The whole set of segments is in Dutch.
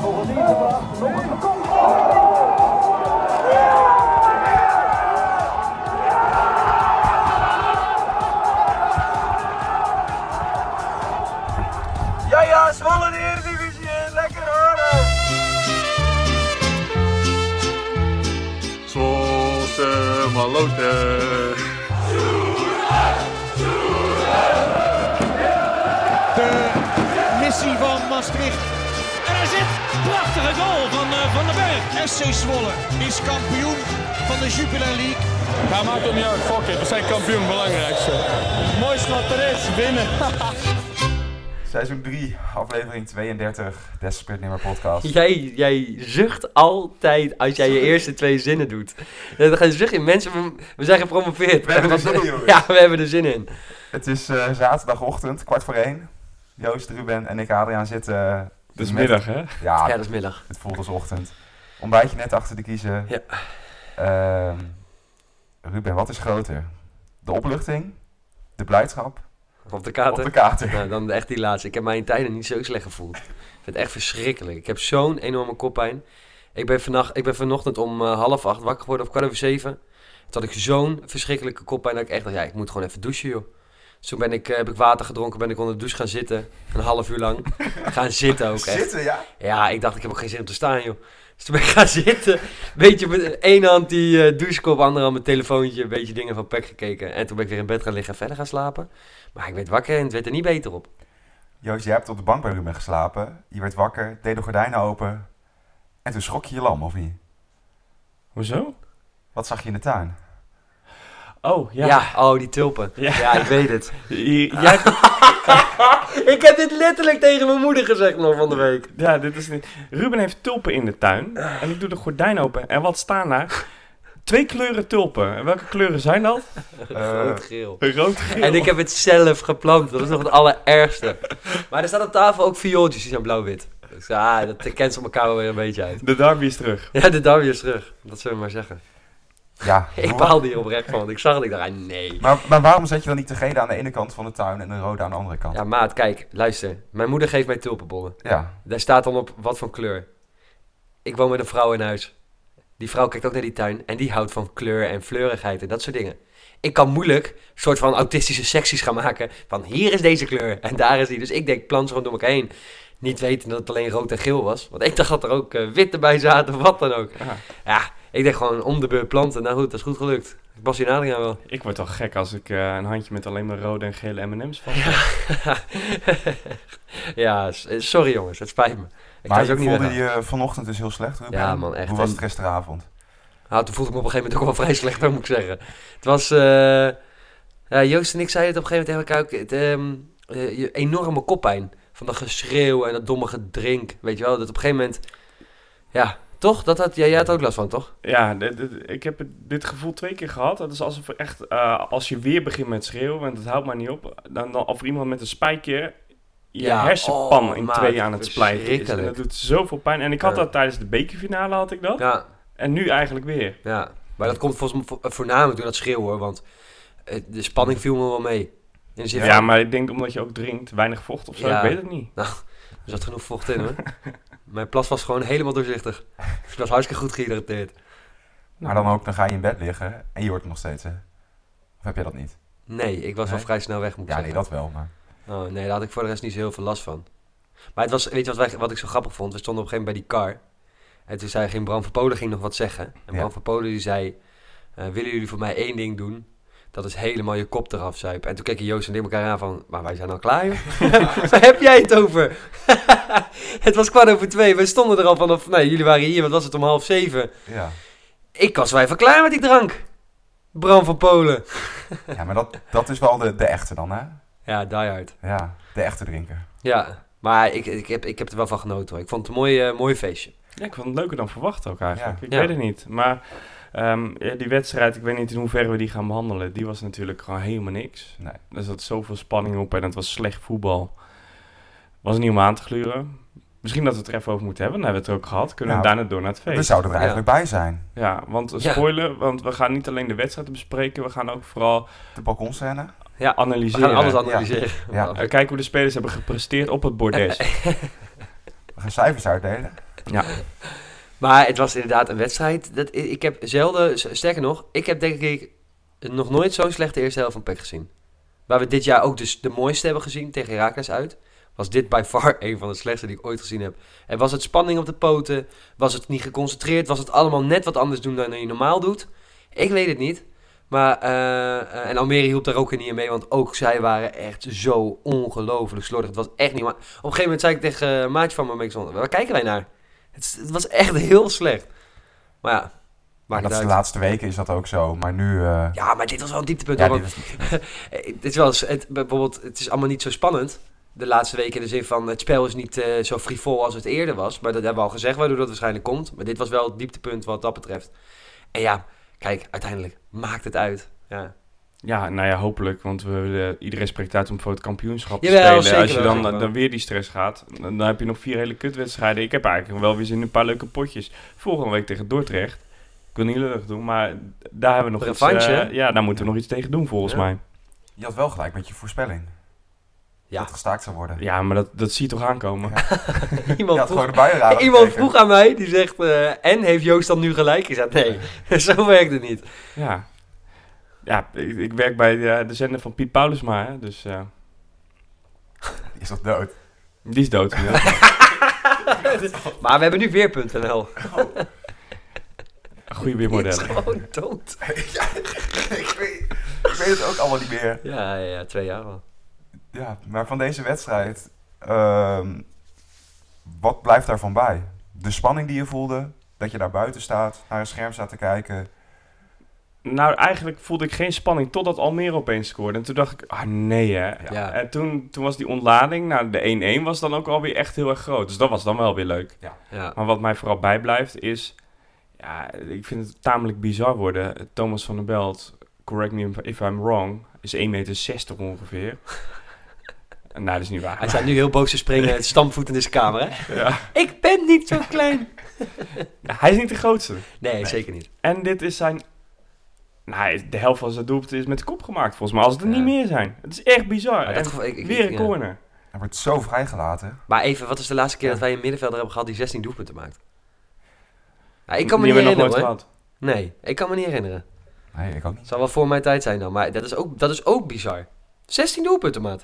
Volgens deze vraag nog een seconde. Ja, Zwolle de Eredivisie in. Lekker horen. Zwolse maloten. De missie van Maastricht. En hij zit. Prachtige goal van den Berg. SC Zwolle is kampioen van de Jupiler League. Ja, maakt het niet uit. Fuck it. We zijn kampioen, belangrijkste. Het mooiste wat er is, winnen. Seizoen 3, aflevering 32, Desperate podcast. Jij zucht altijd als jij je eerste 2 zinnen doet. Dan ga je zuchten. Mensen, we zijn gepromoveerd. We hebben er zin in, jongens. Ja, we hebben er zin in. Het is zaterdagochtend, 1:15. Joost, Ruben en ik, Adriaan, zitten... Het is middag, hè? Ja, Ja, dat is middag. het voelt als ochtend. Ontbijtje net achter de kiezen. Ja. Ruben, wat is groter? De opluchting? De blijdschap? Op de kater. Op de kater. Nou, dan echt die laatste. Ik heb mij in tijden niet zo slecht gevoeld. Ik vind het echt verschrikkelijk. Ik heb zo'n enorme koppijn. Ik ben vanochtend om 7:30 wakker geworden, of 6:15. Toen had ik zo'n verschrikkelijke koppijn dat ik echt dacht, ja, ik moet gewoon even douchen, joh. Dus toen heb ik water gedronken, ben ik onder de douche gaan zitten. Een half uur lang. Gaan zitten ook echt. Zitten, ja? Ja, ik dacht, ik heb ook geen zin om te staan, joh. Dus toen ben ik gaan zitten. Een beetje met één hand die douchekop, andere hand mijn telefoontje. Een beetje dingen van Pek gekeken. En toen ben ik weer in bed gaan liggen en verder gaan slapen. Maar ik werd wakker en het werd er niet beter op. Joost, jij hebt op de bank bij Ruben geslapen. Je werd wakker, deed de gordijnen open. En toen schrok je je lam, of niet? Hoezo? Wat zag je in de tuin? Oh, ja. Ja, oh, die tulpen. Ja, ik weet het. Jij... Ik heb dit letterlijk tegen mijn moeder gezegd nog van de week. Ja, dit is niet... Ruben heeft tulpen in de tuin. En ik doe de gordijn open. En wat staan daar? 2 kleuren tulpen. En welke kleuren zijn dat? Rood-geel. Rood-geel. En ik heb het zelf geplant. Dat is nog het allerergste. Maar er staat op tafel ook viooltjes, die zijn blauw-wit. Dus ja, dat cancelt elkaar wel weer een beetje uit. De derby is terug. Ja, de derby is terug. Dat zullen we maar zeggen. Ja. Ik baalde hier oprecht van, want ik zag het. Ik dacht, nee. Maar waarom zet je dan niet de gele aan de ene kant van de tuin en de rode aan de andere kant? Ja, maat, kijk, luister. Mijn moeder geeft mij tulpenbollen. Ja. Daar staat dan op wat voor kleur. Ik woon met een vrouw in huis. Die vrouw kijkt ook naar die tuin en die houdt van kleur en fleurigheid en dat soort dingen. Ik kan moeilijk een soort van autistische secties gaan maken van hier is deze kleur en daar is die. Dus ik denk, plant ze gewoon door elkaar heen. Niet weten dat het alleen rood en geel was. Want ik dacht dat er ook witte bij zaten of wat dan ook. Aha. Ja, ik denk gewoon om de beurt planten. Nou goed, dat is goed gelukt. Ik was hier Adriaan wel. Ik word toch gek als ik een handje met alleen maar rode en gele M&M's van. Ja, sorry jongens, het spijt me. Ik Maar ga ze ook je niet voelde weghalen. je vanochtend dus heel slecht, Ruben? Ja, man, echt. Hoe was het gisteravond? Nou, toen voelde ik me op een gegeven moment ook wel vrij slecht, moet ik zeggen. Het was... ja, Joost en ik zeiden het op een gegeven moment tegen elkaar ook. Je enorme koppijn. Van dat geschreeuw en dat domme gedrink. Weet je wel, dat op een gegeven moment... Ja, toch? Jij had ook last van, toch? Ja, ik heb dit gevoel 2 keer gehad. Het is alsof echt, als je weer begint met schreeuwen, want het houdt maar niet op. Dan of iemand met een spijker je hersenpan in 2 aan het splijten is. En dat doet zoveel pijn. En ik had dat tijdens de bekerfinale, had ik dat. Ja. En nu eigenlijk weer. Ja, maar dat komt volgens mij voornamelijk door dat schreeuwen, hoor. Want de spanning viel me wel mee. In de zin Ja, van, maar ik denk omdat je ook drinkt, weinig vocht of zo, Ja. ik weet het niet. Nou, er zat genoeg vocht in, hoor. Mijn plas was gewoon helemaal doorzichtig. Ik was hartstikke goed gehydrateerd. Maar dan ga je in bed liggen en je hoort het nog steeds, hè? Of heb je dat niet? Nee, ik was wel Nee? vrij snel weg, moet ik Ja, nee, zeggen. dat wel, maar... Oh, nee, daar had ik voor de rest niet zo heel veel last van. Maar het was, weet je wat ik zo grappig vond? We stonden op een gegeven moment bij die car. En toen ging Bram van Polen nog wat zeggen. En Ja. Bram van Polen die zei... willen jullie voor mij 1 ding doen? Dat is helemaal je kop eraf zuipen. En toen keken Joost en ik elkaar aan van... Maar wij zijn al klaar, joh. Waar heb jij het over? Het was 2:15. We stonden er al vanaf... Nee, jullie waren hier, wat was het, om 6:30. Ja. Ik was wel even klaar met die drank. Bram van Polen. Ja, maar dat is wel de echte dan, hè? Ja, die hard. Ja, de echte drinker. Ja, maar ik heb er wel van genoten, hoor. Ik vond het een mooi feestje. Ja, ik vond het leuker dan verwacht ook eigenlijk. Ja. Ik Ja. weet het niet. Maar die wedstrijd, ik weet niet in hoeverre we die gaan behandelen. Die was natuurlijk gewoon helemaal niks. Nee. Er zat zoveel spanning op en het was slecht voetbal. Was niet om aan te gluren. Misschien dat we het er even over moeten hebben. Dan hebben we het er ook gehad. Kunnen we Ja. daarna door naar het feest. We zouden er eigenlijk bij zijn. Ja, want Ja. spoiler, want we gaan niet alleen de wedstrijd bespreken. We gaan ook vooral De balkonscène. Ja, we analyseren. gaan alles analyseren. Ja. Kijken hoe de spelers hebben gepresteerd op het bordes. We gaan cijfers uitdelen. Ja. Maar het was inderdaad een wedstrijd. Ik heb zelden, sterker nog, ik heb denk ik nog nooit zo'n slechte eerste helft van PEC gezien. Waar we dit jaar ook dus de mooiste hebben gezien tegen Heracles uit. Was dit by far een van de slechtste die ik ooit gezien heb. En was het spanning op de poten? Was het niet geconcentreerd? Was het allemaal net wat anders doen dan je normaal doet? Ik weet het niet. Maar, en Almere hielp daar ook niet mee, want ook zij waren echt zo ongelooflijk slordig. Het was echt niet, maar op een gegeven moment zei ik tegen een maatje van me, waar kijken wij naar? Het was echt heel slecht. Maar ja, Maar dat is de laatste weken is dat ook zo, maar nu... Ja, maar dit was wel een dieptepunt. Ja, hoor, bijvoorbeeld, het is allemaal niet zo spannend. De laatste weken in de zin van, het spel is niet zo frivol als het eerder was. Maar dat hebben we al gezegd, waardoor dat waarschijnlijk komt. Maar dit was wel het dieptepunt wat dat betreft. En ja, kijk, uiteindelijk maakt het uit. Ja, nou ja, hopelijk. Want iedereen spreekt uit om voor het kampioenschap te Jawel, spelen. zeker Als je wel, zeker dan weer die stress gaat, dan heb je nog 4 hele kutwedstrijden. Ik heb eigenlijk wel weer zin in een paar leuke potjes. Volgende week tegen Dordrecht. Ik wil niet lullig doen, maar daar hebben we nog Revanche, iets... daar moeten we nog iets tegen doen, volgens mij. Je had wel gelijk met je voorspelling. Ja. Dat het gestaakt zou worden. Ja, maar dat zie je toch aankomen. Ja. Iemand gewoon de buienradar iemand gekregen. vroeg aan mij, die zegt, en heeft Joost dan nu gelijk? Ik zei, nee, zo werkt het niet. Ja. Ja, ik werk bij de zender van Piet Paulusma, hè, dus... Die is toch dood? Die is dood. Ja. Maar we hebben nu weer.nl. Goeie Die is weermodellen. gewoon dood. Ja, ik weet het ook allemaal niet meer. Ja, 2 jaar al. Ja, maar van deze wedstrijd, wat blijft daarvan bij? De spanning die je voelde, dat je daar buiten staat, naar een scherm staat te kijken. Nou, eigenlijk voelde ik geen spanning totdat Almere opeens scoorde. En toen dacht ik, nee hè. Ja. En toen was die ontlading, nou de 1-1 was dan ook alweer echt heel erg groot. Dus dat was dan wel weer leuk. Ja. Maar wat mij vooral bijblijft is, ja, ik vind het tamelijk bizar worden. Thomas van der Belt, correct me if I'm wrong, is 1,60 meter ongeveer. Nou, dat is niet waar. Hij staat nu heel boos te springen, stampvoet in deze kamer, hè? Ja. Ik ben niet zo klein. Hij is niet de grootste. Nee, zeker niet. En dit is zijn... Nou, de helft van zijn doelpunt is met de kop gemaakt, volgens mij. Als het er niet meer zijn. Het is echt bizar. Maar En dat weer een corner. Er wordt zo vrijgelaten. Maar even, wat is de laatste keer dat wij een middenvelder hebben gehad die 16 doelpunten maakt? Nou, ik kan me Die niet hebben we nog herinneren, nooit hoor. Nee, ik kan me niet herinneren. Nee, ik ook niet. Het zal wel voor mijn tijd zijn dan, maar dat is ook bizar. 16 doelpunten, maat.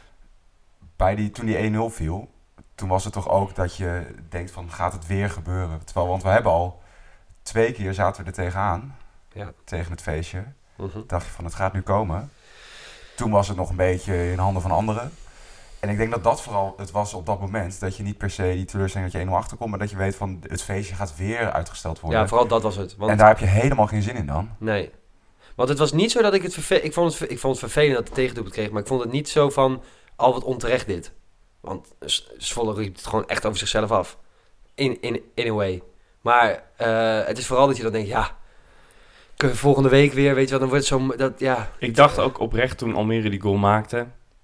Toen die 1-0 viel, toen was het toch ook dat je denkt van, gaat het weer gebeuren? Want we hebben al 2 keer zaten we er tegenaan. Ja. Tegen het feestje. Mhm. Dacht je van, het gaat nu komen. Toen was het nog een beetje in handen van anderen. En ik denk dat vooral het was op dat moment. Dat je niet per se die teleurstelling dat je 1-0 achterkomt. Maar dat je weet van, het feestje gaat weer uitgesteld worden. Ja, vooral dat was het. Want En daar heb je helemaal geen zin in dan. nee. Want het was niet zo dat ik het ik vond het vervelend dat het tegendoelpunt kreeg. Maar ik vond het niet zo van, al wat onterecht dit. Want Zwolle riep het gewoon echt over zichzelf af. In a way. Maar het is vooral dat je dan denkt, ja... Volgende week weer, weet je wel, dan wordt het zo... Ja. Ik dacht ook oprecht toen Almere die goal maakte...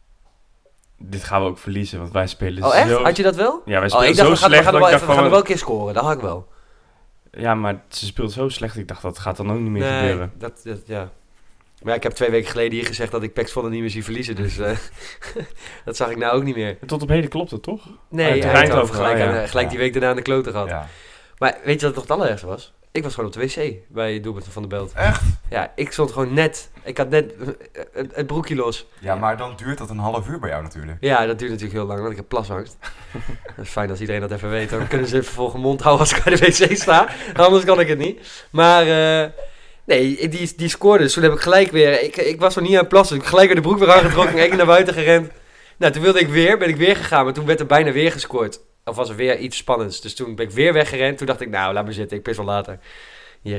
Dit gaan we ook verliezen, want wij spelen Oh, echt? zo... Had je dat wel? Ja, wij spelen ik dacht, zo slecht dat ik dacht we gaan er van... wel een keer scoren. Dat had ik wel. Ja, maar ze speelt zo slecht. Ik dacht, dat gaat dan ook niet meer gebeuren. Ja. Maar ja, ik heb 2 weken geleden hier gezegd dat ik PEC Zwolle niet meer zie verliezen. Dus dat zag ik nou ook niet meer. En tot op heden klopt het, toch? Nee, tegen hij heeft Eindhoven, gelijk ja. die week daarna aan de kloten gehad. Ja. Maar weet je wat nog het allerergste was? Ik was gewoon op de wc bij het doelpunt van de Belt. Echt? Ja, ik stond gewoon net... Ik had net het broekje los. Ja, maar dan duurt dat een half uur bij jou natuurlijk. Ja, dat duurt natuurlijk heel lang, want ik heb plasangst. Dat is fijn als iedereen dat even weet. Dan kunnen ze even volgen mond houden als ik bij de wc sta. Anders kan ik het niet. Maar nee, die scoorde. Dus toen heb ik gelijk weer... Ik was nog niet aan het plassen. Dus ik gelijk weer de broek weer aangetrokken en ik naar buiten gerend. Nou, toen ben ik weer gegaan. Maar toen werd er bijna weer gescoord. Of was er weer iets spannends. Dus toen ben ik weer weggerend. Toen dacht ik, nou, laat me zitten. Ik pis wel later. Hier,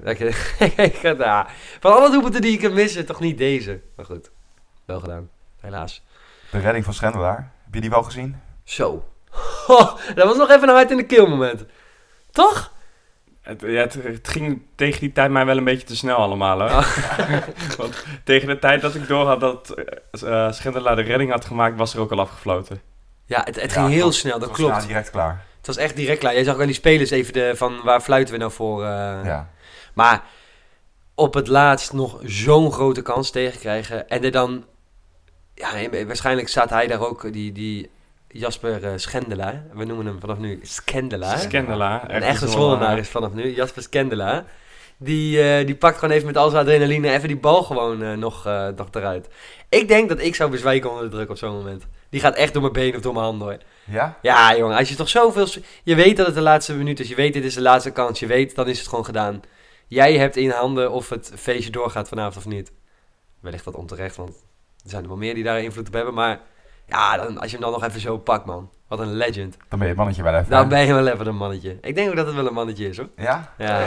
van alle doelpunten die ik kan missen, toch niet deze. Maar goed, wel gedaan. Helaas. De redding van Schendelaar. Heb je die wel gezien? Zo. Dat was nog even een hart in de keel moment. Toch? Het ging tegen die tijd mij wel een beetje te snel allemaal, hoor. Want tegen de tijd dat ik doorhad dat Schendelaar de redding had gemaakt, was er ook al afgefloten. Ja, het ging heel snel, dat Het klopt. was direct klaar. Het was echt direct klaar. Jij zag wel die spelers even van waar fluiten we nou voor. Ja. Maar op het laatst nog zo'n grote kans tegenkrijgen. En er dan... Ja, waarschijnlijk staat hij daar ook, die Jasper Schendela. We noemen hem vanaf nu Schendela. Scandala. Een echte Zwollenaar is vanaf nu, Jasper Schendela. Die pakt gewoon even met al zijn adrenaline even die bal gewoon nog eruit. Ik denk dat ik zou bezwijken onder de druk op zo'n moment. Die gaat echt door mijn benen of door mijn handen hoor. Ja? Ja jongen, als je toch zoveel... Je weet dat het de laatste minuut is, je weet dit is de laatste kans, je weet dan is het gewoon gedaan. Jij hebt in handen of het feestje doorgaat vanavond of niet. Wellicht wat onterecht, want er zijn er wel meer die daar invloed op hebben. Maar ja, als je hem dan nog even zo pakt man. Wat een legend. Dan ben je het mannetje wel even. Dan ben je wel even een mannetje. Ik denk ook dat het wel een mannetje is hoor. Ja? Ja.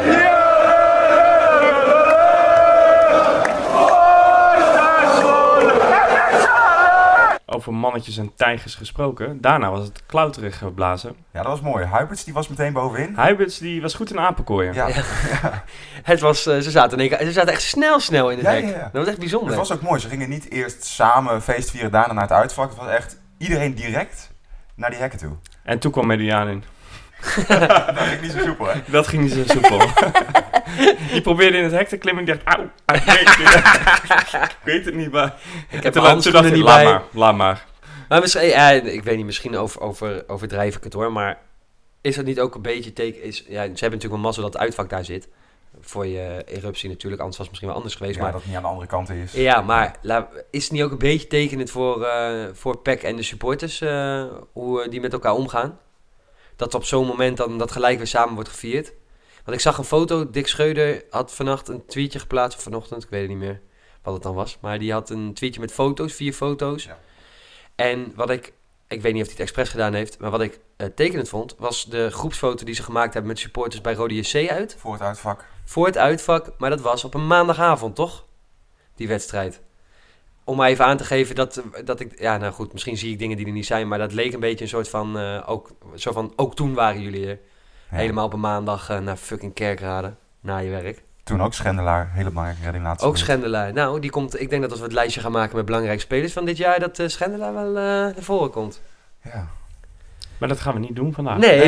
Over mannetjes en tijgers gesproken. Daarna was het klauterig geblazen. Ja, dat was mooi. Huiberts die was meteen bovenin. Huiberts die was goed in apenkooien. Ja. Het was, ze zaten echt snel in het hek. Ja. Dat was echt bijzonder. Het was ook mooi. Ze gingen niet eerst samen feestvieren, daarna naar het uitvak. Het was echt iedereen direct naar die hekken toe. En toen kwam Mediaan in. Dat ging niet zo soepel, hè? Dat ging niet zo soepel. Die probeerde in het hek te klimmen en ik dacht, auw. Ik weet het niet, maar... Ik heb mijn handschoenen niet bij. Laat maar. Maar misschien, ik weet niet, misschien overdrijf ik het hoor, maar is dat niet ook een beetje teken... ze hebben natuurlijk wel mazzel dat het uitvak daar zit. Voor je eruptie natuurlijk, anders was het misschien wel anders geweest. Ja, maar dat het niet aan de andere kant is. Ja, maar is het niet ook een beetje tekenend voor PEC en de supporters, hoe die met elkaar omgaan? Dat op zo'n moment dan dat gelijk weer samen wordt gevierd. Want ik zag een foto, Dick Schreuder had vannacht een tweetje geplaatst, of vanochtend, ik weet het niet meer wat het dan was. Maar die had een tweetje met foto's, 4 foto's. Ja. En wat ik weet niet of hij het expres gedaan heeft, maar wat ik tekenend vond, was de groepsfoto die ze gemaakt hebben met supporters bij Rode JC uit. Voor het uitvak. Voor het uitvak, maar dat was op een maandagavond, toch? Die wedstrijd. Om maar even aan te geven dat ik... Ja, nou goed, misschien zie ik dingen die er niet zijn, maar dat leek een beetje een soort van... ook toen waren jullie er. Ja. Helemaal op een maandag naar fucking Kerkrade, na je werk. Toen ook Schendelaar, hele belangrijke redding laatste. Ook Schendelaar. Nou, die komt... Ik denk dat als we het lijstje gaan maken met belangrijke spelers van dit jaar, dat Schendelaar wel naar voren komt. Ja. Maar dat gaan we niet doen vandaag. Nee.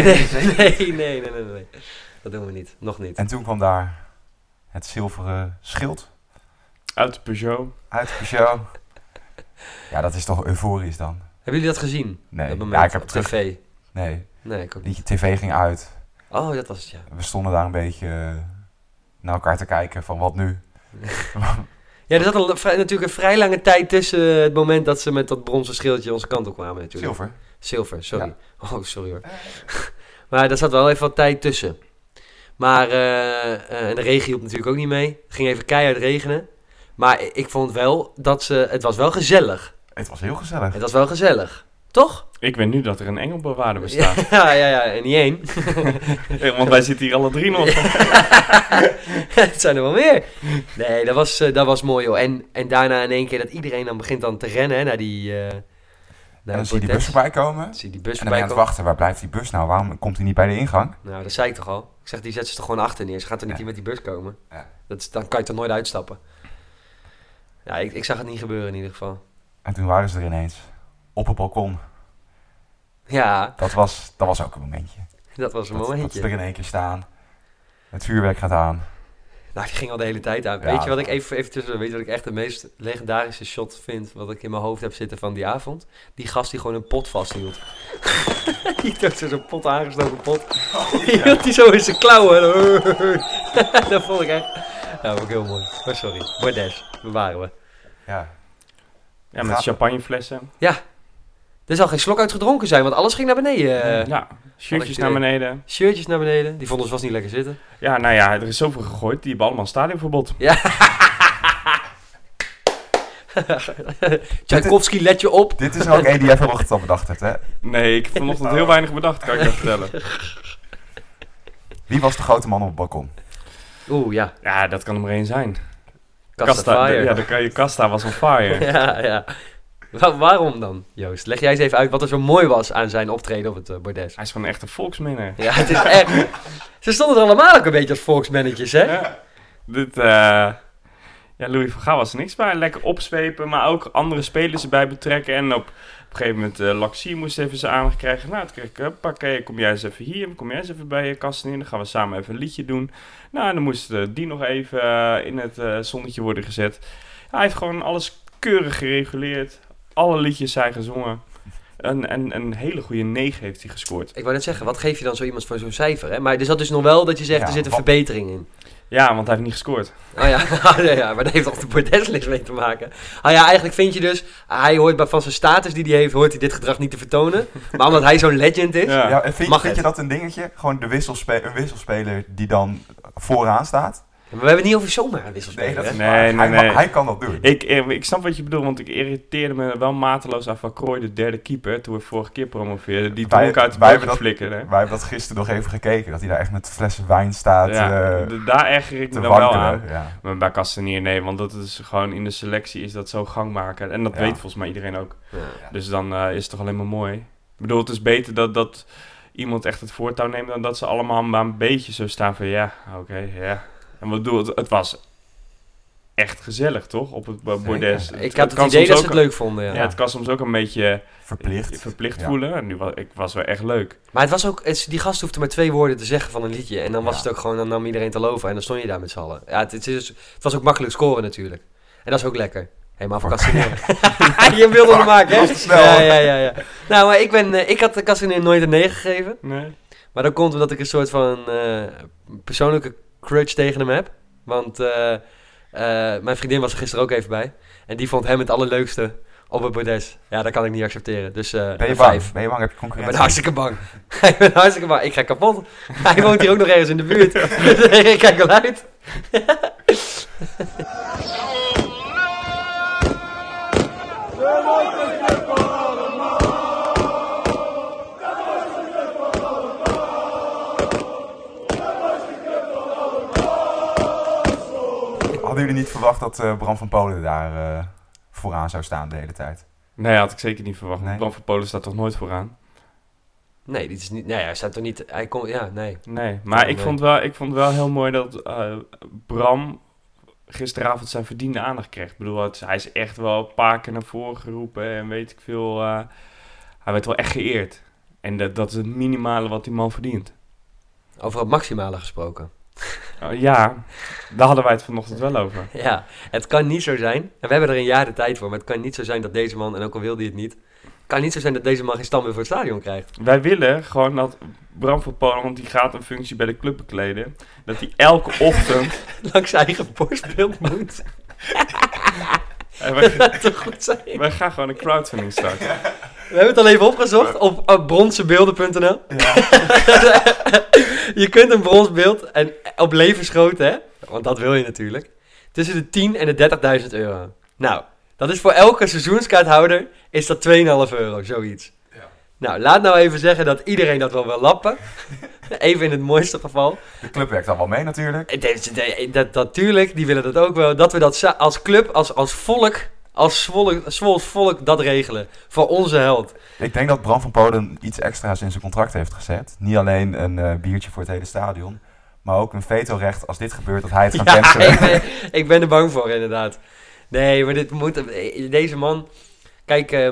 Dat doen we niet. Nog niet. En toen kwam daar het zilveren schild. Uit de Peugeot. Ja, dat is toch euforisch dan? Hebben jullie dat gezien? Nee. Dat moment Ja, ik heb op tv? Nee, ik ook niet. Die tv ging uit. Oh, dat was het, ja. We stonden daar een beetje naar elkaar te kijken van wat nu? Ja, er zat natuurlijk een vrij lange tijd tussen het moment dat ze met dat bronzen schildje onze kant op kwamen natuurlijk. Zilver, sorry. Ja. Oh, sorry hoor. Maar er zat wel even wat tijd tussen. Maar en de regen hielp natuurlijk ook niet mee. Het ging even keihard regenen. Maar ik vond wel dat het was wel gezellig. Het was heel gezellig. Het was wel gezellig. Toch? Ik weet nu dat er een engelbewaarder bestaat. Ja, en niet één. Want wij zitten hier alle 3 nog. Het zijn er wel meer. Nee, dat was mooi joh. En daarna in één keer dat iedereen dan begint dan te rennen hè, naar die... en dan zie je die bus voorbij komen. En dan ben je aan het wachten. Waar blijft die bus nou? Waarom komt hij niet bij de ingang? Nou, dat zei ik toch al. Ik zeg, die zet ze toch gewoon achter neer. Ze gaat er niet hier met die bus komen. Ja. Dan kan je toch nooit uitstappen. Ja, ik zag het niet gebeuren in ieder geval. En toen waren ze er ineens. Op het balkon. Ja. Dat was ook een momentje. Dat was een momentje. Dat ze er in één keer staan. Het vuurwerk gaat aan. Nou, die ging al de hele tijd aan. Ja, weet je wat ik even tussen... Weet je wat ik echt de meest legendarische shot vind... Wat ik in mijn hoofd heb zitten van die avond? Die gast die gewoon een pot vasthield. Die had zo'n pot aangestoken pot. Die hield die zo in zijn klauwen. Dat vond ik echt... Ja, ook heel mooi. Maar sorry. Bordes. Waar waren we? Ja, met champagneflessen. Ja. Er zal geen slok uit gedronken zijn, want alles ging naar beneden. Ja, shirtjes naar beneden. Shirtjes naar beneden. Die vonden ons vast niet lekker zitten. Ja, nou ja, er is zoveel gegooid. Die hebben allemaal stadionverbod. Ja. Tchaikovsky, let je op. Dit is er ook één die jij vanochtend al bedacht hebt, hè? Nee, ik heb vanochtend heel weinig bedacht, kan ik je vertellen. Wie was de grote man op het balkon? Ja. Ja, dat kan er maar één zijn. Casta was on fire. Ja. Waarom dan, Joost? Leg jij eens even uit wat er zo mooi was aan zijn optreden op het bordes. Hij is gewoon echt een volksminner. Ja, het is echt... Ze stonden er allemaal ook een beetje als volksmannetjes, hè? Ja. Louis van Gaal was er niks bij. Lekker opzwepen, maar ook andere spelers erbij betrekken. En op een gegeven moment Laxie moest even zijn aandacht krijgen. Nou, toen kreeg ik, pakken, kom jij eens even hier, kom jij eens even bij je kasten in. Dan gaan we samen even een liedje doen. Nou, en dan moest die nog even in het zonnetje worden gezet. Hij heeft gewoon alles keurig gereguleerd. Alle liedjes zijn gezongen. een hele goede 9 heeft hij gescoord. Ik wou net zeggen, wat geef je dan zo iemand voor zo'n cijfer? Hè? Maar er zat dus nog wel dat je zegt, er zit een verbetering in. Ja, want hij heeft niet gescoord. Oh ja, maar dat heeft toch de Bordes niks mee te maken. Eigenlijk vind je dus, hij hoort van zijn status die hij heeft, hoort hij dit gedrag niet te vertonen. Maar omdat hij zo'n legend is, en vind je dat een dingetje? Gewoon een wisselspeler die dan vooraan staat? Maar we hebben het niet over zomaar een wisselspeler. Nee. Hij kan dat doen. Ik snap wat je bedoelt, want ik irriteerde me wel mateloos aan Van Krooi, de derde keeper, toen we vorige keer promoveerden. Die dronk uit de bootje flikkerde. Wij hebben dat gisteren nog even gekeken, dat hij daar echt met flessen wijn staat. Daar erger ik me dan wankelen, wel aan. Ja. Maar bij Castanier, nee, want dat is gewoon in de selectie is dat zo gangmaker. En dat weet volgens mij iedereen ook. Ja. Dus dan is het toch alleen maar mooi. Ik bedoel, het is beter dat iemand echt het voortouw neemt dan dat ze allemaal maar een beetje zo staan van ja. En wat bedoel, het was echt gezellig, toch? Op het Bordes. Ik had het idee dat ze het leuk vonden. Ja, het kan soms ook een beetje verplicht voelen. En ik was wel echt leuk. Maar het was ook, die gast hoefde maar 2 woorden te zeggen van een liedje. En dan was het ook gewoon, dan nam iedereen te loven. En dan stond je daar met z'n allen. Ja, het was ook makkelijk scoren natuurlijk. En dat is ook lekker. Helemaal voor Castanier. Je wilde hem maken, hè? Ja. Nou, maar ik had Castanier nooit een 9 gegeven. Nee. Maar dat komt omdat ik een soort van persoonlijke crutch tegen hem heb. Want mijn vriendin was er gisteren ook even bij. En die vond hem het allerleukste op het Bordes. Ja, dat kan ik niet accepteren. Dus ben je 5. Ben je bang? Heb je concurrentie? Ik ben hartstikke bang. Ik ga kapot. Hij woont hier ook nog ergens in de buurt. Dus ik kijk wel uit. Hadden jullie niet verwacht dat Bram van Polen daar vooraan zou staan de hele tijd? Nee, had ik zeker niet verwacht. Nee. Bram van Polen staat toch nooit vooraan? Nee, dit is niet. Nee, hij staat toch niet. Hij komt. Ja, nee. Nee, maar ik vond wel heel mooi dat Bram gisteravond zijn verdiende aandacht kreeg. Ik bedoel, hij is echt wel een paar keer naar voren geroepen en weet ik veel. Hij werd wel echt geëerd. En dat is het minimale wat die man verdient. Over het maximale gesproken. Ja, daar hadden wij het vanochtend wel over. Ja, het kan niet zo zijn. En we hebben er een jaar de tijd voor. Maar het kan niet zo zijn dat deze man, en ook al wil hij het niet, het kan niet zo zijn dat deze man geen stambeurt voor het stadion krijgt. Wij willen gewoon dat Bram van Polen, want die gaat een functie bij de club bekleden, dat hij elke ochtend langs zijn eigen borstbeeld moet. Dat toch goed zijn? Wij gaan gewoon een crowdfunding starten. We hebben het al even opgezocht op bronzenbeelden.nl. Ja. Je kunt een bronsbeeld en op levensgrootte, hè? Want dat wil je natuurlijk. Tussen de 10 en de 30.000 euro. Nou, dat is voor elke seizoenskaarthouder is dat 2,5 euro, zoiets. Ja. Nou, laat nou even zeggen dat iedereen dat wel wil lappen. Even in het mooiste geval. De club werkt dan wel mee natuurlijk. Natuurlijk, die willen dat ook wel. Dat we dat als club, als volk, als volk dat regelen. Voor onze held. Ik denk dat Bram van Polen iets extra's in zijn contract heeft gezet. Niet alleen een biertje voor het hele stadion. Maar ook een vetorecht als dit gebeurt, dat hij het gaat cancelen. Ik ben er bang voor, inderdaad. Nee, maar deze man... Kijk,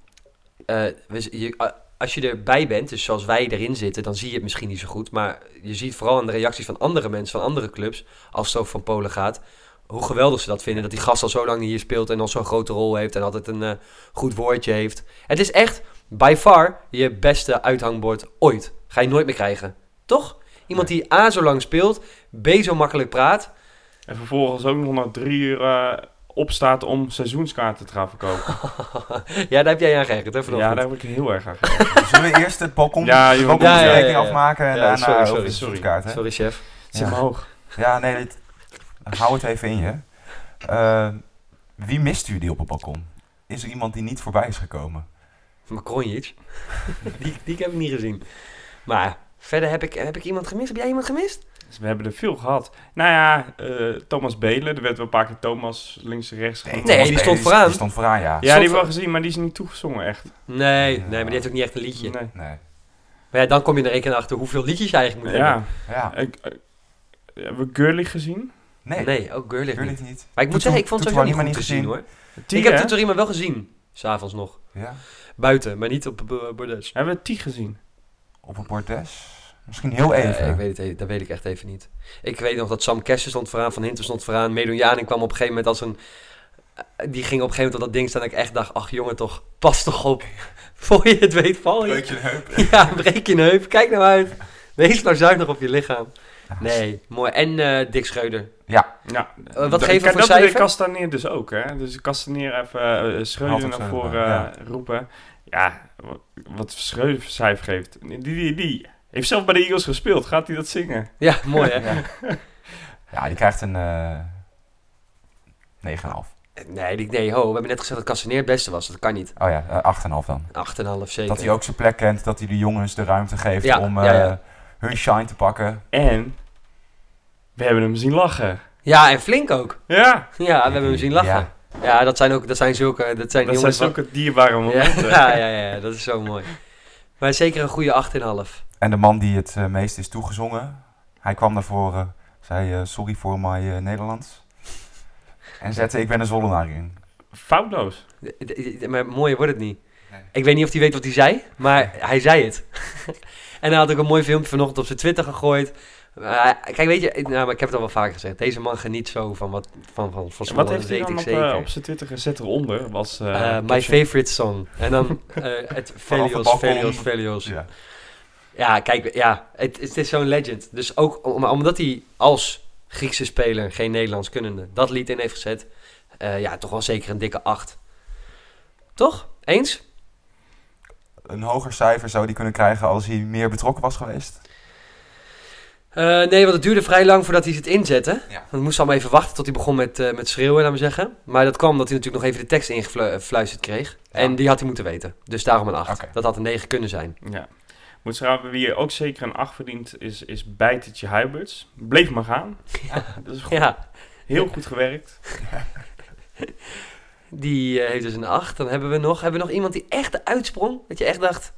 als je erbij bent, dus zoals wij erin zitten, dan zie je het misschien niet zo goed. Maar je ziet vooral aan de reacties van andere mensen, van andere clubs, als het over Van Polen gaat, hoe geweldig ze dat vinden. Dat die gast al zo lang hier speelt en al zo'n grote rol heeft en altijd een goed woordje heeft. Het is echt, by far, je beste uithangbord ooit. Ga je nooit meer krijgen. Toch? Iemand die A zo lang speelt, B zo makkelijk praat. En vervolgens ook nog na 3 uur opstaat om seizoenskaarten te gaan verkopen. Ja, daar heb jij aan geërgerd, hè? Vanochtend. Ja, daar heb ik heel erg aan geërgerd. Zullen we eerst het balkon rekening afmaken en daarna over de seizoenskaart, hè? Sorry, chef. Het zit me hoog. Ja, nee, hou het even in je. Wie mist u die op het balkon? Is er iemand die niet voorbij is gekomen? Makronjic. die heb ik niet gezien. Maar verder heb ik iemand gemist. Heb jij iemand gemist? Dus we hebben er veel gehad. Nou ja, Thomas Belen. Er werd wel een paar keer Thomas links en rechts. Nee, die stond vooraan. Die stond vooraan, ja. Ja, die hebben we wel gezien, maar die is niet toegezongen echt. Nee, maar die heeft ook niet echt een liedje. Nee. Maar ja, dan kom je er rekenen achter hoeveel liedjes je eigenlijk moet hebben. Ja. Hebben we Gurley gezien? Nee, ook Gurley niet. Maar ik moet zeggen, ik vond het zo niet goed te zien, hoor. Ik heb Tutorima wel gezien, s'avonds nog. Ja? Buiten, maar niet op Bordes. Hebben we T gezien? Op een Bordes? Misschien heel even. Dat weet ik echt even niet. Ik weet nog dat Sam Kersen stond vooraan, Van Hinten stond vooraan. Medunjanin kwam op een gegeven moment als een die ging op een gegeven moment op dat ding staan en ik echt dacht, ach jongen toch, pas toch op. Voor je het weet val je. Breek je een heup. Ja, breek je een heup. Kijk nou uit. Wees nou zuinig op je lichaam. Nee, mooi. En Dick Schreuder. Ja. Wat geven we voor dat cijfer? Castaneer dus ook, hè. Dus Castaneer even Schreuder naar voren roepen. Ja, wat Schreuder voor cijfer geeft. Die heeft zelf bij de Eagles gespeeld. Gaat hij dat zingen? Ja, mooi hè. Ja, die krijgt een 9,5. Nee, we hebben net gezegd dat Castaneer het beste was. Dat kan niet. Oh ja, 8,5 dan. 8,5 zeker. Dat hij ook zijn plek kent, dat hij de jongens de ruimte geeft om hun shine te pakken. En we hebben hem zien lachen. Ja, en flink ook. Ja. Ja, we hebben hem zien lachen. Ja, dat zijn zulke dierbare momenten. Ja, dat is zo mooi. Maar zeker een goede 8,5. En de man die het meest is toegezongen, hij kwam naar voren, zei sorry voor mijn Nederlands. En zette ik ben een Zollenaar in. Foutloos. Maar mooier wordt het niet. Nee. Ik weet niet of hij weet wat hij zei, maar hij zei het. En hij had ook een mooi filmpje vanochtend op zijn Twitter gegooid. Kijk, weet je, maar ik heb het al wel vaker gezegd. Deze man geniet zo van Zwolle. Wat heeft hij dan op zijn Twitter gezet eronder? Was, my favorite song. En dan het Velios. Ja, kijk, het is zo'n legend. Dus ook omdat hij als Griekse speler, geen Nederlands kunnende, dat lied in heeft gezet. Toch wel zeker een dikke 8. Toch? Eens? Een hoger cijfer zou die kunnen krijgen als hij meer betrokken was geweest? Nee, want het duurde vrij lang voordat hij het inzette. Ja. Want we moesten allemaal even wachten tot hij begon met schreeuwen, laat maar zeggen. Maar dat kwam omdat hij natuurlijk nog even de tekst ingefluisterd kreeg. Ja. En die had hij moeten weten. Dus daarom een 8. Okay. Dat had een 9 kunnen zijn. Ja. Moet zeggen, wie ook zeker een 8 verdient, is Bijtertje Huiberts. Bleef maar gaan. Ja, dat is goed. Ja. Heel goed gewerkt. Die heeft dus een 8. Dan hebben we nog iemand die echt uitsprong. Dat je echt dacht...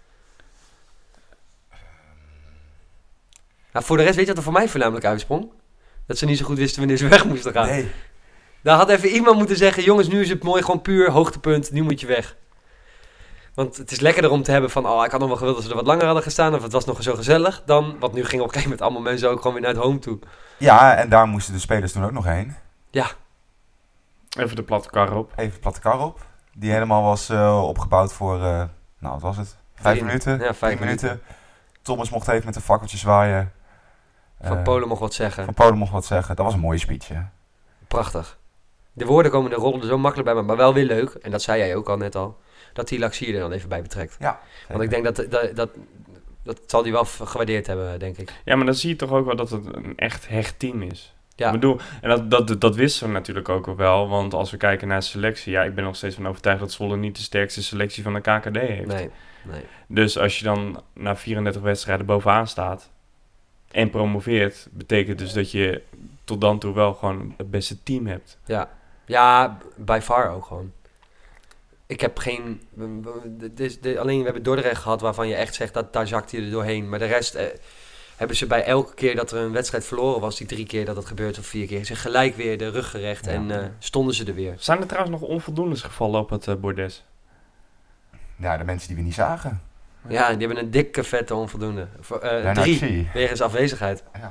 Nou, voor de rest, weet je wat er voor mij voornamelijk uitsprong? Dat ze niet zo goed wisten wanneer ze weg moesten gaan. Nee. Daar had even iemand moeten zeggen... Jongens, nu is het mooi, gewoon puur hoogtepunt. Nu moet je weg. Want het is lekkerder om te hebben van... ik had nog wel gewild dat ze er wat langer hadden gestaan... of het was nog zo gezellig dan... want nu gingen op een gegeven moment allemaal mensen ook gewoon weer naar het home toe. Ja, en daar moesten de spelers toen ook nog heen. Ja. Even de platte kar op. Even de platte kar op. Die helemaal was opgebouwd voor... wat was het? 5 minuten? Ja, 5 minuten. Thomas mocht even met een fakkeltje zwaaien. Van Polen mocht wat zeggen. Dat was een mooie speech, hè? Prachtig. De woorden rollen er zo makkelijk bij me, maar wel weer leuk. En dat zei jij ook al net al. Dat die Laxier er dan even bij betrekt. Ja. Want ik denk dat zal hij wel gewaardeerd hebben, denk ik. Ja, maar dan zie je toch ook wel dat het een echt hecht team is. Ja. Ik bedoel, en dat wisten we natuurlijk ook wel. Want als we kijken naar de selectie... Ja, ik ben nog steeds van overtuigd dat Zwolle niet de sterkste selectie van de KKD heeft. Nee. Dus als je dan na 34 wedstrijden bovenaan staat... en promoveert... betekent dus dat je tot dan toe wel gewoon het beste team hebt. Ja, by far ook gewoon. Ik heb geen... alleen we hebben Dordrecht gehad waarvan je echt zegt... dat daar zakt hij er doorheen. Maar de rest... hebben ze bij elke keer dat er een wedstrijd verloren was... die 3 keer dat het gebeurt of 4 keer... ze gelijk weer de rug gerecht en stonden ze er weer. Zijn er trouwens nog onvoldoendes gevallen op het Bordes? Ja, de mensen die we niet zagen. Ja, die hebben een dikke vette onvoldoende. 3, wegens afwezigheid. Ja.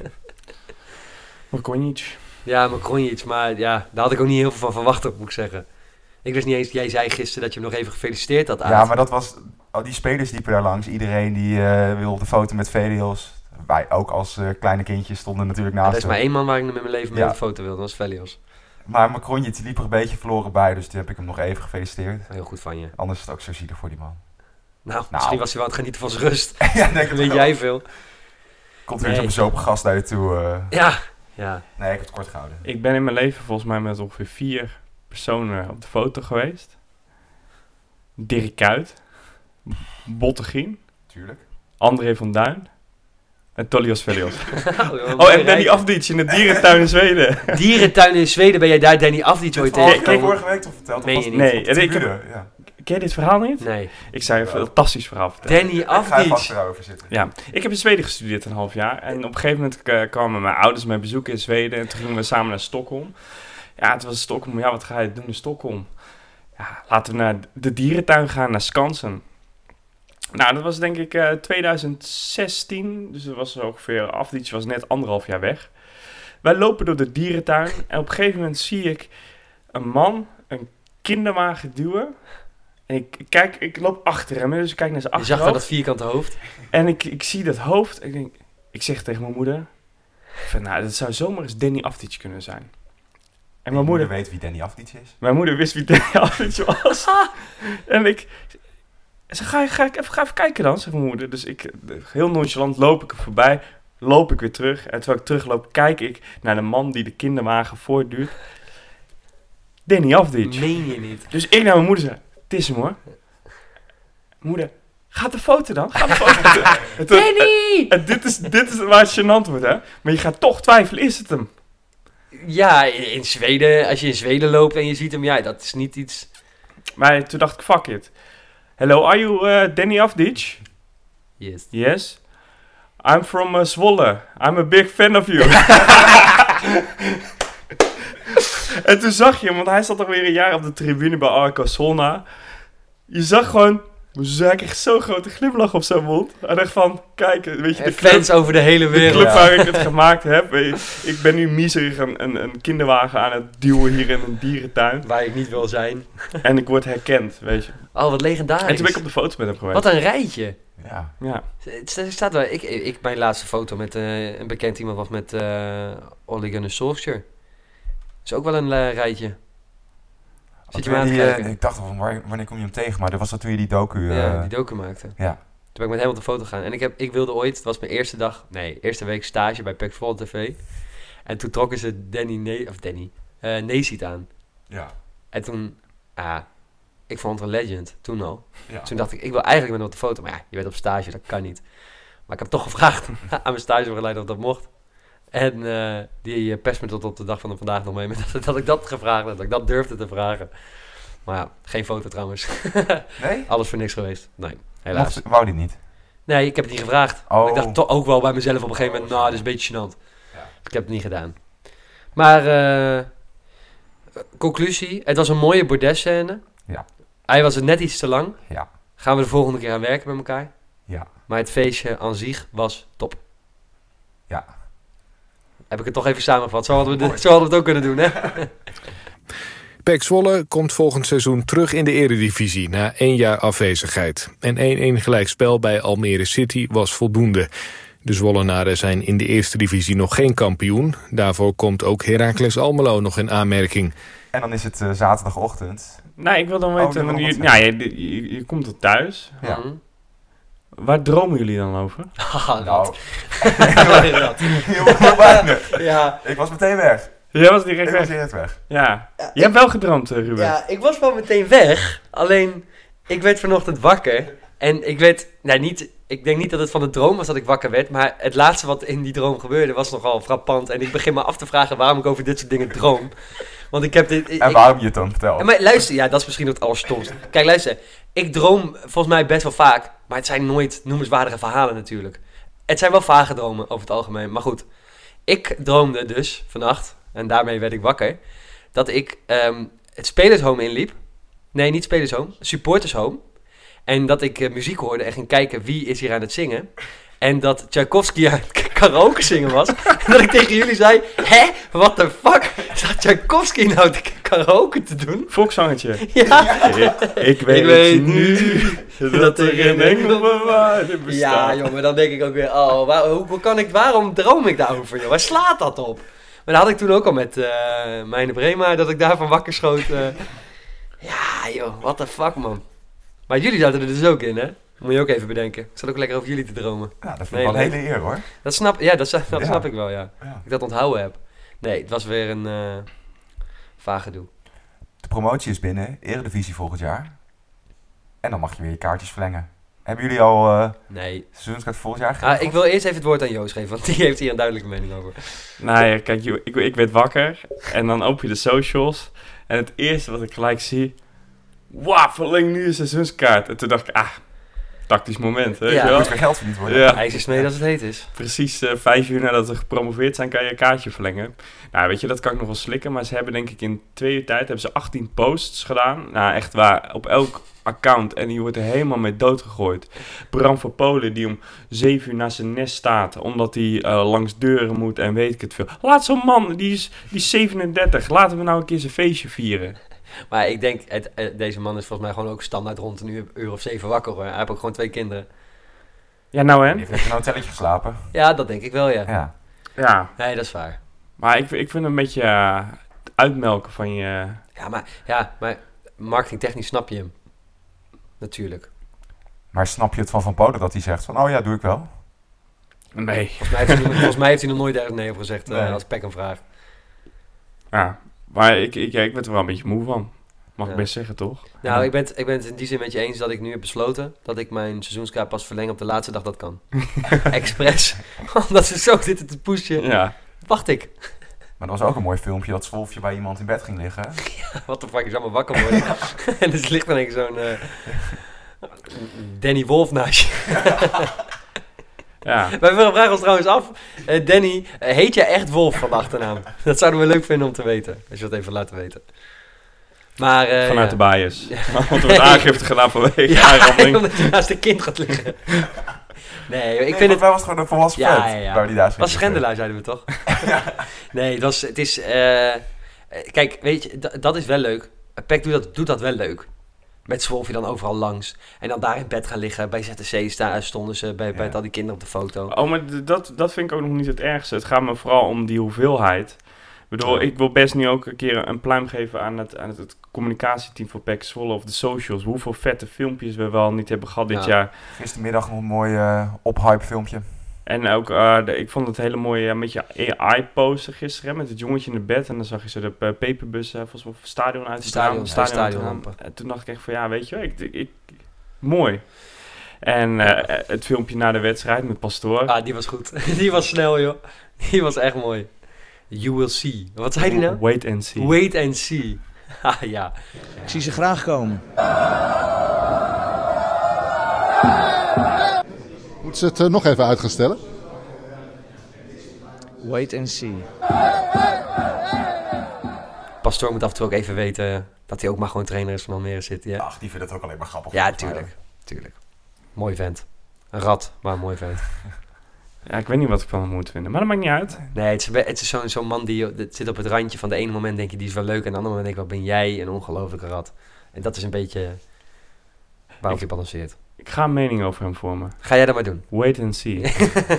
Makronjic, maar ja, daar had ik ook niet heel veel van verwacht, moet ik zeggen. Ik wist niet eens, jij zei gisteren dat je hem nog even gefeliciteerd had. Ja, maar dat was... die spelers liepen daar langs. Iedereen die wilde op de foto met Velios. Wij ook als kleine kindjes stonden natuurlijk naast. Er is maar 1 man waar ik met mijn leven mee op de foto wilde, dat was Velios. Maar Macronje, die liep er een beetje verloren bij, dus toen heb ik hem nog even gefeliciteerd. Heel goed van je. Anders is het ook zo zielig voor die man. Nou, misschien was hij wel aan het genieten van zijn rust. Ja, denk weet jij veel. Komt weer zo'n bezopen gast naar je toe. Ja. Nee, ik heb het kort gehouden. Ik ben in mijn leven volgens mij met ongeveer 4 personen op de foto geweest. Dirk Kuyt. Bottegien. Tuurlijk. André van Duin. En Tolios Velios. En Danny Afdic in de dierentuin in Zweden. Dierentuin in Zweden, ben jij daar Danny Afdic ooit tegengekomen? Heb je vorige week toch verteld? Nee. Ken je dit verhaal niet? Nee. Ik zou je een fantastisch verhaal vertellen. Danny Afdic. Ik ga vast erover zitten. Ja, ik heb in Zweden gestudeerd een half jaar. En op een gegeven moment kwamen mijn ouders mij bezoeken in Zweden. En toen gingen we samen naar Stockholm. Ja, het was Stockholm. Ja, wat ga je doen in Stockholm? Ja, laten we naar de dierentuin gaan, naar Skansen. Nou, dat was denk ik 2016. Dus dat was ongeveer... Afdic was net 1,5 jaar weg. Wij lopen door de dierentuin. En op een gegeven moment zie ik een man een kinderwagen duwen. En ik loop achter hem, dus ik kijk naar zijn Je achterhoofd. zag dat vierkante hoofd. En ik zie dat hoofd. Ik zeg tegen mijn moeder... dat zou zomaar eens Danny Afdic kunnen zijn. En mijn moeder weet wie Danny Afdic is. Mijn moeder wist wie Danny Afdic was. En ik zeg, ga even kijken dan, zegt mijn moeder. Dus heel nonchalant loop ik er voorbij. Loop ik weer terug. En terwijl ik terugloop, kijk ik naar de man die de kinderwagen voortduurt. Danny Afdic. Meen je niet? Dus ik naar mijn moeder zeg, het is hem hoor. Moeder, gaat de foto dan? Gaat de foto? Danny! Dit is waar het gênant wordt, hè? Maar je gaat toch twijfelen, is het hem? Ja, in Zweden, als je in Zweden loopt en je ziet hem, ja, dat is niet iets... Maar toen dacht ik, fuck it. Hello, are you Danny Afdic? Yes. Yes. I'm from Zwolle. I'm a big fan of you. En toen zag je hem, want hij zat alweer een jaar op de tribune bij Arco Solna. Je zag gewoon... Ze kreeg zo'n grote glimlach op zijn mond. Hij dacht van, kijk, weet je, de fans over de hele wereld. De club waar ik het gemaakt heb. Ik ben nu miserig een kinderwagen aan het duwen hier in een dierentuin. Waar ik niet wil zijn. En ik word herkend, weet je. Oh, wat legendarisch. En toen ben ik op de foto met hem geweest. Wat een rijtje. Ja. Het staat wel... Mijn laatste foto met een bekend iemand was met Ole Gunnar Solskjaer. Dat is ook wel een rijtje. Zit je maar aan te kijken? Ik dacht, wanneer kom je hem tegen? Maar dat was dat toen je die docu... die docu maakte. Ja. Toen ben ik met hem op de foto gegaan. En ik wilde ooit... Het was mijn eerste week stage bij PEC Zwolle TV. En toen trokken ze Neesiet aan. Ja. En toen... ik vond het een legend. Toen al. Ja. Toen dacht ik wil eigenlijk met hem op de foto. Maar ja, je bent op stage, dat kan niet. Maar ik heb toch gevraagd aan mijn stagebegeleider of dat mocht. En die pest me tot op de dag van vandaag nog mee. Dat ik dat gevraagd heb. Dat ik dat durfde te vragen. Maar ja, geen foto trouwens. Nee? Alles voor niks geweest. Nee, helaas. Wou die niet? Nee, ik heb het niet gevraagd. Oh. Ik dacht toch ook wel bij mezelf op een gegeven moment... dit is een beetje gênant. Ja. Ik heb het niet gedaan. Maar, conclusie. Het was een mooie bordesscène. Ja. Hij was het net iets te lang. Ja. Gaan we de volgende keer aan werken met elkaar. Ja. Maar het feestje aan zich was top. Ja. Heb ik het toch even samengevat. Zo hadden we het ook kunnen doen, hè? PEC Zwolle komt volgend seizoen terug in de eredivisie na 1 jaar afwezigheid. En 1-1 gelijkspel bij Almere City was voldoende. De Zwollenaren zijn in de eerste divisie nog geen kampioen. Daarvoor komt ook Heracles Almelo nog in aanmerking. En dan is het zaterdagochtend. Nee, ik wil dan weten... je komt er thuis. Ja. Waar dromen jullie dan over? Heel weinig. Ja. Ik was meteen weg. Jij was direct weg. Ik was direct weg. Ja. Je hebt wel gedroomd, Ruben. Ja, ik was wel meteen weg. Alleen, ik werd vanochtend wakker. En ik werd... ik denk niet dat het van de droom was dat ik wakker werd. Maar het laatste wat in die droom gebeurde was nogal frappant. En ik begin me af te vragen waarom ik over dit soort dingen droom. Want ik heb dit... En waarom je het dan vertelt. Maar luister, ja, dat is misschien het allerstomste. Kijk, luister. Ik droom volgens mij best wel vaak. Maar het zijn nooit noemenswaardige verhalen natuurlijk. Het zijn wel vage dromen over het algemeen. Maar goed, ik droomde dus vannacht... En daarmee werd ik wakker. Dat ik het spelershome inliep. Nee, niet spelershome. Supportershome. En dat ik muziek hoorde en ging kijken wie is hier aan het zingen. En dat Tchaikovsky aan het karaoke zingen was. En dat ik tegen jullie zei... Hè? What the fuck? Staat Tchaikovsky nou de karaoke te doen? Volkszangetje. Ja. Ik weet nu dat er geen enkele waarde bestaat. Ja, jongen, dan denk ik ook weer... waarom droom ik daarover, joh? Waar slaat dat op? Maar dat had ik toen ook al met Meine Brema, dat ik daarvan wakker schoot. Ja, joh, what the fuck, man. Maar jullie zaten er dus ook in, hè? Moet je ook even bedenken. Ik zat ook lekker over jullie te dromen. Ja, dat vind ik wel een hele eer, hoor. Dat snap ik wel, ja. Ik dat onthouden heb. Nee, het was weer een vage doel. De promotie is binnen, eredivisie volgend jaar. En dan mag je weer je kaartjes verlengen. Hebben jullie al seizoenskaart volgend jaar gegeven? Ik wil eerst even het woord aan Joost geven, want die heeft hier een duidelijke mening over. Nou ja, kijk, ik werd wakker en dan open je de socials. En het eerste wat ik gelijk zie... Wauw, verleng nu een seizoenskaart. En toen dacht ik, tactisch moment. Weet je wel? Er moet weer geld verdiend worden. Ja. IJzersmee als het heet is. Precies 5 uur nadat we gepromoveerd zijn, kan je een kaartje verlengen. Nou, weet je, dat kan ik nog wel slikken. Maar ze hebben denk ik in 2 uur tijd hebben ze 18 posts gedaan. Nou, echt waar. Op elk account en die wordt er helemaal mee doodgegooid. Bram van Polen die om 7 uur naast zijn nest staat, omdat hij langs deuren moet en weet ik het veel. Laat zo'n man, die is 37, laten we nou een keer zijn feestje vieren. Maar ik denk, deze man is volgens mij gewoon ook standaard rond een uur of 7 wakker hoor. Hij heeft ook gewoon 2 kinderen. Ja, nou Die en? heeft net in een hotelletje geslapen. Ja, dat denk ik wel, ja. Ja, Nee, dat is waar. maar ik vind het een beetje uitmelken van je... Maar marketingtechnisch snap je hem. Natuurlijk. Maar snap je het van Polen dat hij zegt van, oh ja, doe ik wel? Nee. Volgens mij heeft hij nog nooit ergens nee op gezegd Nee. als Peck hem vraagt. Ja, maar ik werd er wel een beetje moe van. Mag ik best zeggen, toch? Nou, ik ben het in die zin met je eens dat ik nu heb besloten dat ik mijn seizoenskaart pas verleng op de laatste dag dat kan. Expres. Omdat ze zo zitten te pushen. Ja. Wacht ik. Maar dat was ook een mooi filmpje dat Zwolfje bij iemand in bed ging liggen. Wat de fuck, is allemaal wakker worden. En er ligt dan een zo'n Danny Wolf naast je. Ja. Wij vragen ons trouwens af, Danny, heet jij echt Wolf van de achternaam? Dat zouden we leuk vinden om te weten. Als je dat even laat weten. Maar, Vanuit de bias. Ja. Want er wordt aangifte gedaan vanwege aanranding. omdat je naast een kind gaat liggen. Nee, ik vind het... het... Wij was gewoon een volwassen vent. Waar die daar Was schendelaar, zeiden we toch? Nee, het is... kijk, weet je, dat is wel leuk. Peck doet dat wel leuk. Met Zwolfje dan overal langs. En dan daar in bed gaan liggen. Bij ZTC stonden ze bij al die kinderen op de foto. Oh, maar dat vind ik ook nog niet het ergste. Het gaat me vooral om die hoeveelheid. Ik bedoel, ik wil best nu ook een keer een pluim geven aan het communicatieteam van PEC Zwolle of de socials. Hoeveel vette filmpjes we wel niet hebben gehad dit jaar. Gistermiddag nog een mooi ophype filmpje. En ook, ik vond het hele mooie met je AI-poster gisteren, met het jongetje in de bed. En dan zag je ze de peperbus volgens mij het stadion uit. Stadionlampen. En toen dacht ik echt van, ja, weet je, mooi. En het filmpje na de wedstrijd met Pastoor. Ah, die was goed. Die was snel, joh. Die was echt mooi. You will see. Wat zei die nou? Wait and see. Wait and see. Ah, ja. Ik zie ze graag komen. Moet ze het nog even uitgestellen? Wait and see. Pastoor moet af en toe ook even weten dat hij ook maar gewoon trainer is van Almere City. Ja, Ach, die vindt het ook alleen maar grappig. ja tuurlijk. Mooi vent. Een rat, maar een mooi vent. Ja, ik weet niet wat ik van hem moet vinden, maar dat maakt niet uit. Nee, het is zo'n man die zit op het randje van de ene moment denk je die is wel leuk en de andere moment denk je wat ben jij een ongelofelijke rat. En dat is een beetje waarop je balanceert. Ik ga een mening over hem vormen. Ga jij dat maar doen. Wait and see.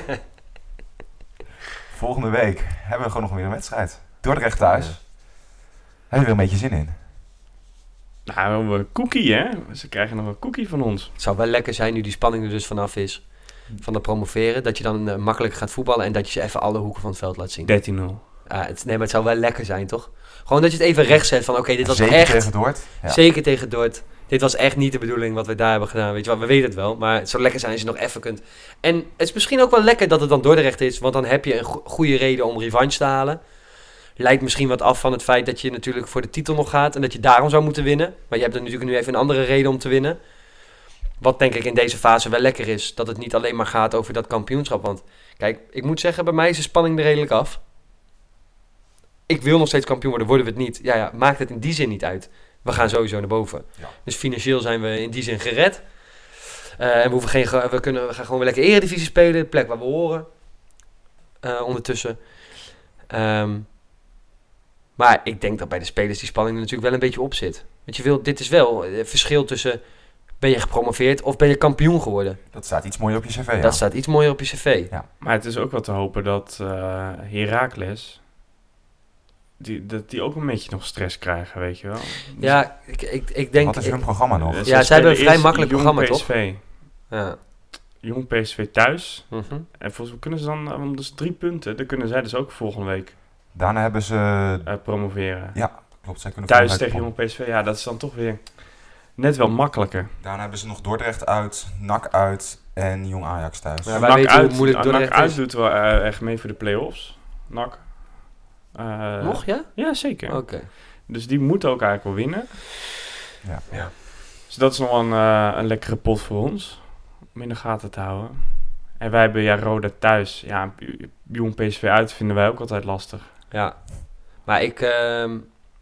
Volgende week hebben we gewoon nog weer een wedstrijd. Dordrecht thuis. Ja. Heb je er een beetje zin in? Nou, een cookie, hè? Ze krijgen nog een cookie van ons. Het zou wel lekker zijn nu die spanning er dus vanaf is van het promoveren. Dat je dan makkelijk gaat voetballen en dat je ze even alle hoeken van het veld laat zien. 13-0. Nee, maar het zou wel lekker zijn, toch? Gewoon dat je het even recht zet van oké, dit was Zeker echt... tegen Dort. Ja. Zeker tegen Dort. Dit was echt niet de bedoeling wat we daar hebben gedaan. Weet je wel, we weten het wel. Maar het zou lekker zijn als je nog even kunt. En het is misschien ook wel lekker dat het dan Dordrecht is. Want dan heb je een goede reden om revanche te halen. Leidt misschien wat af van het feit dat je natuurlijk voor de titel nog gaat. En dat je daarom zou moeten winnen. Maar je hebt er natuurlijk nu even een andere reden om te winnen. Wat denk ik in deze fase wel lekker is. Dat het niet alleen maar gaat over dat kampioenschap. Want kijk, ik moet zeggen, bij mij is de spanning er redelijk af. Ik wil nog steeds kampioen worden we het niet. Ja, maakt het in die zin niet uit. We gaan sowieso naar boven. Ja. Dus financieel zijn we in die zin gered. En we gaan gewoon weer lekker Eredivisie spelen. De plek waar we horen. Ondertussen. Maar ik denk dat bij de spelers die spanning er natuurlijk wel een beetje op zit. Want dit is wel het verschil tussen... Ben je gepromoveerd of ben je kampioen geworden? Dat staat iets mooier op je cv. Ja. Dat staat iets mooier op je cv. Ja. Maar het is ook wel te hopen dat Heracles... Dat die ook een beetje nog stress krijgen, weet je wel. Ja, ik denk... Wat is hun programma nog? Ja, zij hebben een vrij makkelijk programma, toch? PSV. Ja. Jong PSV thuis. Mhm. En volgens mij kunnen ze dan... Dus 3 punten. Dan kunnen zij dus ook volgende week Daarna hebben ze... promoveren. Ja, klopt. Zij kunnen Thuis volgende tegen week Jong PSV. Ja, dat is dan toch weer net wel makkelijker. Daarna hebben ze nog Dordrecht uit, NAC uit en Jong Ajax thuis. Ja, wij weten hoe moeilijk Dordrecht NAC uit is. doet wel echt mee voor de play-offs. NAC. Nog, ja? Ja, zeker. Oké. Dus die moeten ook eigenlijk wel winnen. Ja. Dus dat is nog wel een lekkere pot voor ons. Om in de gaten te houden. En wij hebben Roda thuis. Ja, Jong PSV uit vinden wij ook altijd lastig. Ja. Maar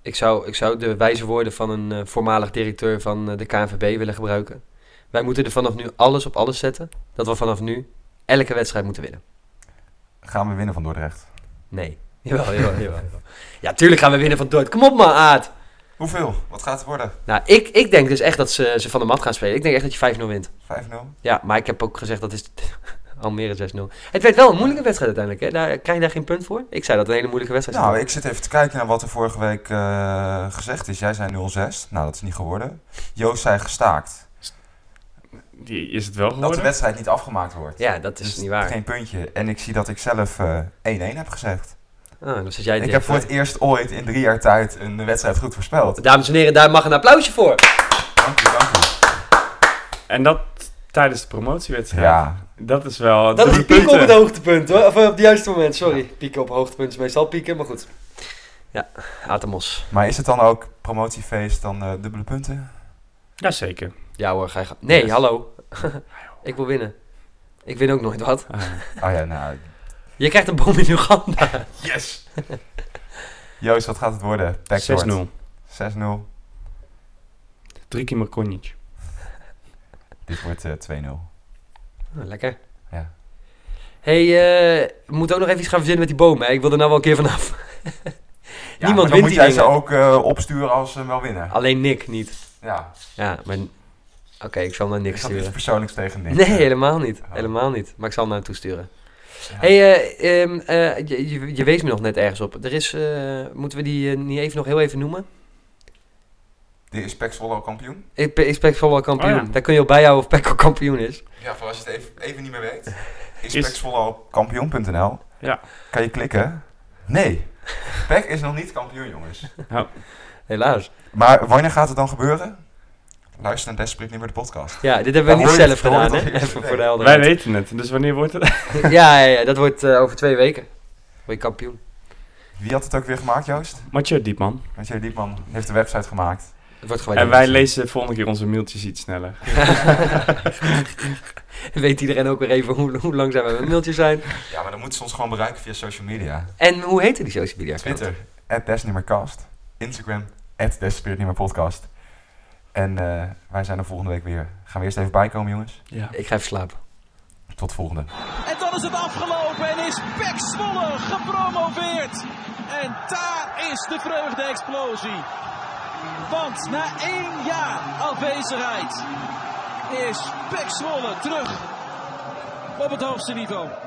Ik zou de wijze woorden van een voormalig directeur van de KNVB willen gebruiken. Wij moeten er vanaf nu alles op alles zetten. Dat we vanaf nu elke wedstrijd moeten winnen. Gaan we winnen van Dordrecht? Nee. Jawel. Ja, tuurlijk gaan we winnen van Dordrecht. Kom op man, Aad. Hoeveel? Wat gaat het worden? Nou, ik denk dus echt dat ze van de mat gaan spelen. Ik denk echt dat je 5-0 wint. 5-0? Ja, maar ik heb ook gezegd dat is Almere 6-0. Het werd wel een moeilijke wedstrijd uiteindelijk. Hè? Krijg je daar geen punt voor? Ik zei dat het een hele moeilijke wedstrijd is. Nou, ik zit even te kijken naar wat er vorige week gezegd is. Jij zei 0-6. Nou, dat is niet geworden. Joost zei gestaakt. Is het wel geworden? Dat de wedstrijd niet afgemaakt wordt. Ja, dat is dus niet waar. Geen puntje. En ik zie dat ik zelf 1-1 heb gezegd. Dus jij ik heb voor het eerst ooit in 3 jaar tijd een wedstrijd goed voorspeld. Dames en heren, daar mag een applausje voor. Dank u. En dat tijdens de promotiewedstrijd. Ja. Dat is wel... Dat is pieken op het hoogtepunt, hoor. Of op het juiste moment, sorry. Pieken op hoogtepunt is meestal pieken, maar goed. Ja, Atemos. Maar is het dan ook promotiefeest dan dubbele punten? Jazeker. Ja hoor, ga je gaan. Nee, hallo. Ik wil winnen. Ik win ook nooit wat. Oh ja, nou... Je krijgt een boom in Uganda. Yes! Joost, wat gaat het worden? 6-0. 3 keer Markonjic. Dit wordt 2-0. Lekker. Ja. Hey, we moeten ook nog even iets gaan verzinnen met die bomen. Hè? Ik wil er nou wel een keer vanaf. Ja, Niemand dan wint moet die jij dingen. ze ook opsturen als ze hem wel winnen. Alleen Nick niet. Ja. Ja, maar... Oké, ik zal hem naar Nick Is dat sturen. iets persoonlijks tegen Nick? Nee, helemaal niet. Oh. Helemaal niet. Maar ik zal hem naar hem toesturen. Ja. Hey, je wees me nog net ergens op. Er is, moeten we die niet even nog heel even noemen? De is PEC Zwolle al kampioen? Is PEC Zwolle al kampioen? Oh ja. Daar kun je op bijhouden of PEC al kampioen is. Ja, voor als je het even niet meer weet. Is PEC Zwolle al kampioen.nl? Ja. Kan je klikken? Nee. PEC is nog niet kampioen, jongens. Nou, Helaas. Maar wanneer gaat het dan gebeuren? Luister naar Desperate niet meer de podcast. Ja, dit hebben we Dan niet hoor je zelf het- gedaan, dan hè? hoor je het Even idee. voor de helderheid. wij weten het. Dus wanneer wordt het? Ja, dat wordt over 2 weken. Word je kampioen. Wie had het ook weer gemaakt, Joost? Mathieu Diepman. Mathieu Diepman heeft de website gemaakt. Het wordt gewaardeerd. En wij lezen volgende keer onze mailtjes iets sneller. Weet iedereen ook weer even hoe langzaam we met mailtjes zijn. Ja, maar dan moeten ze ons gewoon bereiken via social media. En hoe heette die social media? Twitter, @desnummercast. Instagram, @desspiritnummerpodcast. En wij zijn er volgende week weer. Gaan we eerst even bijkomen, jongens? Ja. Ik ga even slapen. Tot de volgende. En dan is het afgelopen en is PEC Zwolle gepromoveerd. En daar is de vreugde-explosie. Want na 1 jaar afwezigheid is PEC Zwolle terug op het hoogste niveau.